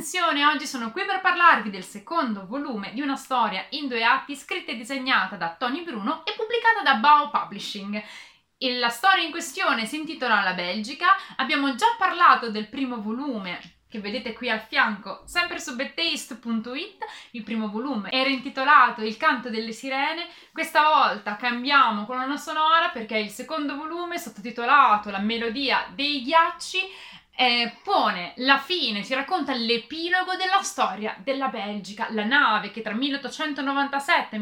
attenzione, oggi sono qui per parlarvi del secondo volume di una storia in 2 atti scritta e disegnata da Tony Bruno e pubblicata da Bao Publishing. La storia in questione si intitola La Belgica. Abbiamo già parlato del primo volume che vedete qui al fianco, sempre su bedtaste.it. Il primo volume era intitolato Il canto delle sirene. Questa volta cambiamo colonna sonora perché il secondo volume, sottotitolato La melodia dei ghiacci, pone la fine, ci racconta l'epilogo della storia della Belgica, la nave che tra 1897 e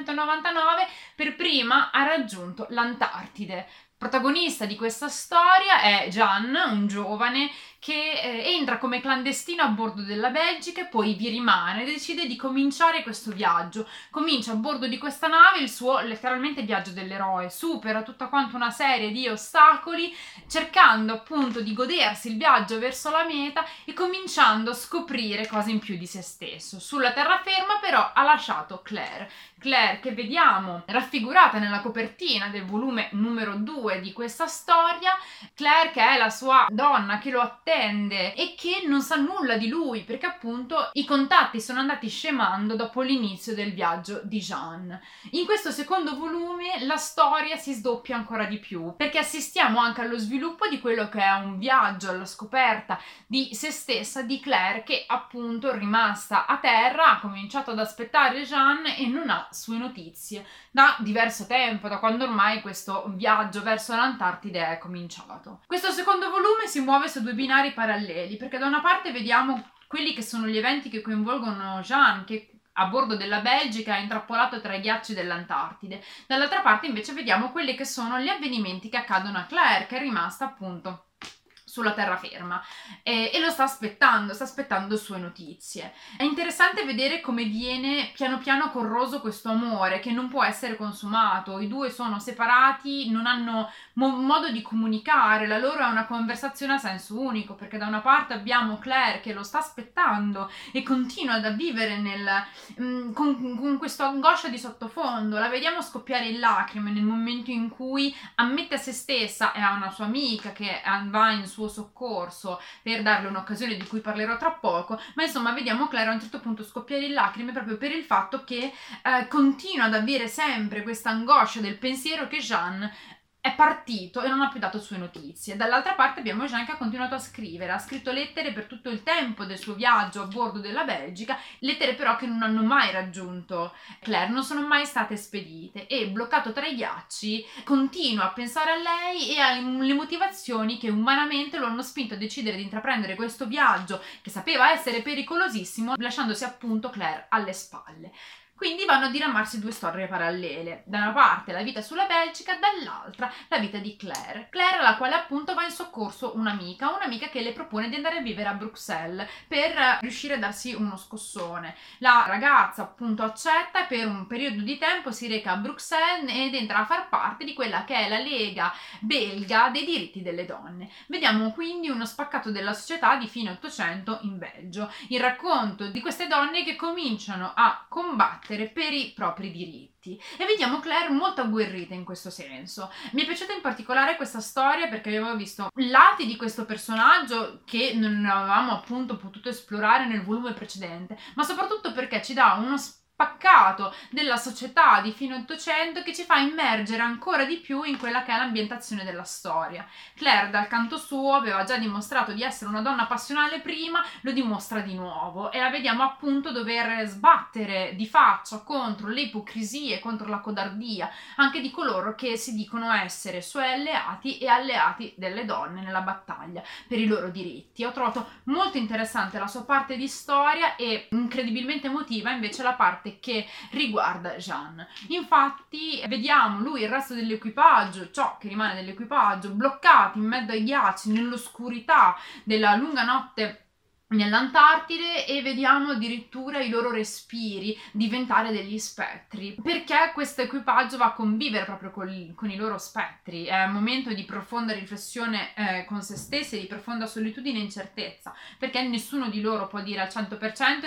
1899 per prima ha raggiunto l'Antartide. Protagonista di questa storia è Jean, un giovane che entra come clandestino a bordo della Belgica e poi vi rimane, decide di cominciare questo viaggio. Comincia a bordo di questa nave il suo letteralmente viaggio dell'eroe, supera tutta quanta una serie di ostacoli, cercando appunto di godersi il viaggio verso la meta e cominciando a scoprire cose in più di se stesso. Sulla terraferma però ha lasciato Claire che vediamo raffigurata nella copertina del volume numero 2 di questa storia. Claire che è la sua donna che lo attende e che non sa nulla di lui perché appunto i contatti sono andati scemando dopo l'inizio del viaggio di Jean. In questo secondo volume la storia si sdoppia ancora di più perché assistiamo anche allo sviluppo di quello che è un viaggio alla scoperta di se stessa di Claire, che appunto rimasta a terra ha cominciato ad aspettare Jean e non ha sue notizie da diverso tempo, da quando ormai questo viaggio verso l'Antartide è cominciato. Questo secondo volume si muove su 2 binari paralleli perché da una parte vediamo quelli che sono gli eventi che coinvolgono Jean, che a bordo della Belgica è intrappolato tra i ghiacci dell'Antartide. Dall'altra parte invece vediamo quelli che sono gli avvenimenti che accadono a Claire, che è rimasta appunto sulla terraferma e lo sta aspettando sue notizie. È interessante vedere come viene piano piano corroso questo amore che non può essere consumato. I due sono separati, non hanno modo di comunicare, la loro è una conversazione a senso unico perché da una parte abbiamo Claire che lo sta aspettando e continua a vivere con questa angoscia di sottofondo. La vediamo scoppiare in lacrime nel momento in cui ammette a se stessa e a una sua amica che va in suo soccorso per darle un'occasione di cui parlerò tra poco, ma insomma vediamo Claire a un certo punto scoppiare in lacrime proprio per il fatto che continua ad avere sempre questa angoscia del pensiero che Jean è partito e non ha più dato sue notizie. Dall'altra parte abbiamo Jean che ha continuato a scrivere, ha scritto lettere per tutto il tempo del suo viaggio a bordo della Belgica, lettere però che non hanno mai raggiunto Claire, non sono mai state spedite e bloccato tra i ghiacci continua a pensare a lei e alle motivazioni che umanamente lo hanno spinto a decidere di intraprendere questo viaggio che sapeva essere pericolosissimo, lasciandosi appunto Claire alle spalle. Quindi vanno a diramarsi 2 storie parallele. Da una parte la vita sulla Belgica, dall'altra la vita di Claire. Claire alla quale appunto va in soccorso un'amica che le propone di andare a vivere a Bruxelles per riuscire a darsi uno scossone. La ragazza appunto accetta e per un periodo di tempo si reca a Bruxelles ed entra a far parte di quella che è la Lega belga dei diritti delle donne. Vediamo quindi uno spaccato della società di fine 800 in Belgio. Il racconto di queste donne che cominciano a combattere per i propri diritti e vediamo Claire molto agguerrita in questo senso. Mi è piaciuta in particolare questa storia perché avevo visto lati di questo personaggio che non avevamo appunto potuto esplorare nel volume precedente, ma soprattutto perché ci dà uno spaccato della società di fine 800 che ci fa immergere ancora di più in quella che è l'ambientazione della storia. Claire dal canto suo aveva già dimostrato di essere una donna passionale prima, lo dimostra di nuovo e la vediamo appunto dover sbattere di faccia contro le ipocrisie, contro la codardia anche di coloro che si dicono essere suoi alleati e alleati delle donne nella battaglia per i loro diritti. Ho trovato molto interessante la sua parte di storia e incredibilmente emotiva invece la parte che riguarda Jean. Infatti vediamo lui e il resto dell'equipaggio, ciò che rimane dell'equipaggio, bloccati in mezzo ai ghiacci nell'oscurità della lunga notte nell'Antartide e vediamo addirittura i loro respiri diventare degli spettri perché questo equipaggio va a convivere proprio con i loro spettri. È un momento di profonda riflessione con se stessi e di profonda solitudine e incertezza perché nessuno di loro può dire al 100% di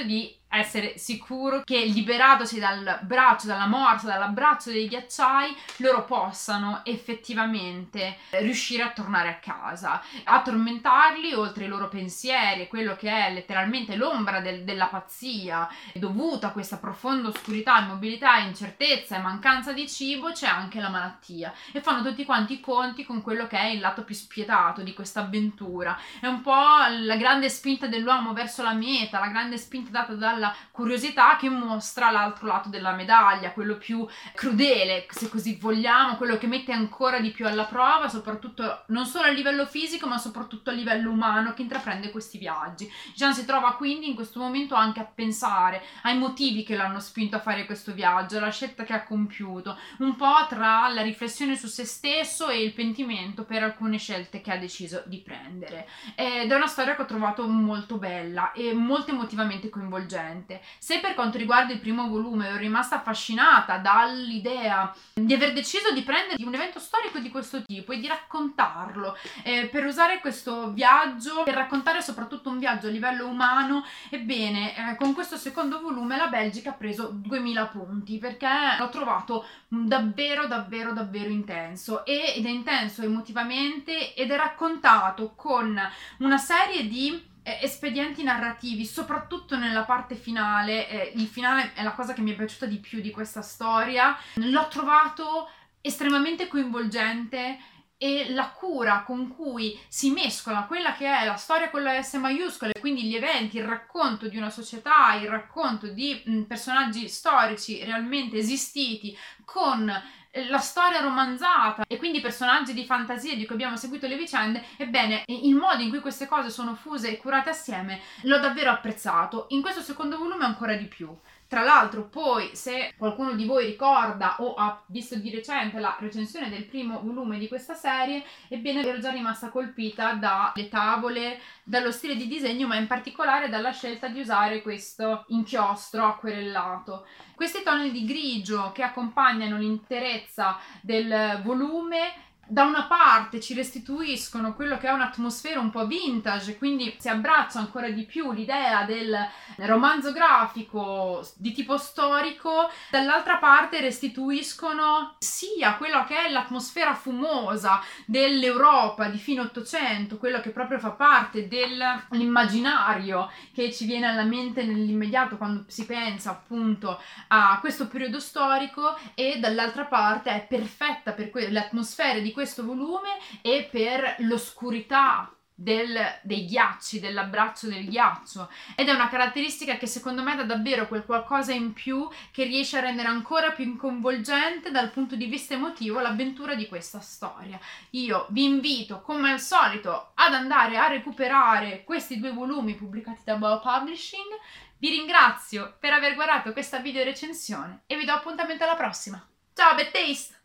essere sicuro che, liberatosi dal braccio, dalla morsa, dall'abbraccio dei ghiacciai, loro possano effettivamente riuscire a tornare a casa. A tormentarli, oltre i loro pensieri, quello che è letteralmente l'ombra della pazzia dovuta a questa profonda oscurità, immobilità, incertezza e mancanza di cibo, c'è anche la malattia, e fanno tutti quanti i conti con quello che è il lato più spietato di questa avventura. È un po' la grande spinta dell'uomo verso la meta, la grande spinta data dalla curiosità, che mostra l'altro lato della medaglia, quello più crudele, se così vogliamo, quello che mette ancora di più alla prova, soprattutto non solo a livello fisico ma soprattutto a livello umano, che intraprende questi viaggi. Jean si trova quindi in questo momento anche a pensare ai motivi che l'hanno spinto a fare questo viaggio, alla scelta che ha compiuto, un po' tra la riflessione su se stesso e il pentimento per alcune scelte che ha deciso di prendere. Ed è una storia che ho trovato molto bella e molto emotivamente coinvolgente. Se per quanto riguarda il primo volume ero rimasta affascinata dall'idea di aver deciso di prendere un evento storico di questo tipo e di raccontarlo, per usare questo viaggio, per raccontare soprattutto un viaggio a livello umano, ebbene, con questo secondo volume la Belgica ha preso 2000 punti, perché l'ho trovato davvero davvero davvero intenso, ed è intenso emotivamente, ed è raccontato con una serie di espedienti narrativi, soprattutto nella parte finale. Il finale è la cosa che mi è piaciuta di più di questa storia. L'ho trovato estremamente coinvolgente, e la cura con cui si mescola quella che è la storia con la S maiuscola, e quindi gli eventi, il racconto di una società, il racconto di personaggi storici realmente esistiti, con la storia romanzata e quindi personaggi di fantasia di cui abbiamo seguito le vicende, ebbene, il modo in cui queste cose sono fuse e curate assieme l'ho davvero apprezzato. In questo secondo volume ancora di più. Tra l'altro, poi, se qualcuno di voi ricorda o ha visto di recente la recensione del primo volume di questa serie, ebbene ero già rimasta colpita dalle tavole, dallo stile di disegno, ma in particolare dalla scelta di usare questo inchiostro acquerellato. Questi toni di grigio che accompagnano l'interezza del volume, da una parte ci restituiscono quello che è un'atmosfera un po' vintage, quindi si abbraccia ancora di più l'idea del romanzo grafico di tipo storico, dall'altra parte restituiscono sia quello che è l'atmosfera fumosa dell'Europa di fine Ottocento, quello che proprio fa parte dell'immaginario che ci viene alla mente nell'immediato quando si pensa appunto a questo periodo storico, e dall'altra parte è perfetta per le atmosfere di questo volume e per l'oscurità dei ghiacci, dell'abbraccio del ghiaccio, ed è una caratteristica che secondo me dà davvero quel qualcosa in più che riesce a rendere ancora più coinvolgente dal punto di vista emotivo l'avventura di questa storia. Io vi invito come al solito ad andare a recuperare questi 2 volumi pubblicati da Bao Publishing. Vi ringrazio per aver guardato questa video recensione e vi do appuntamento alla prossima. Ciao, bad taste!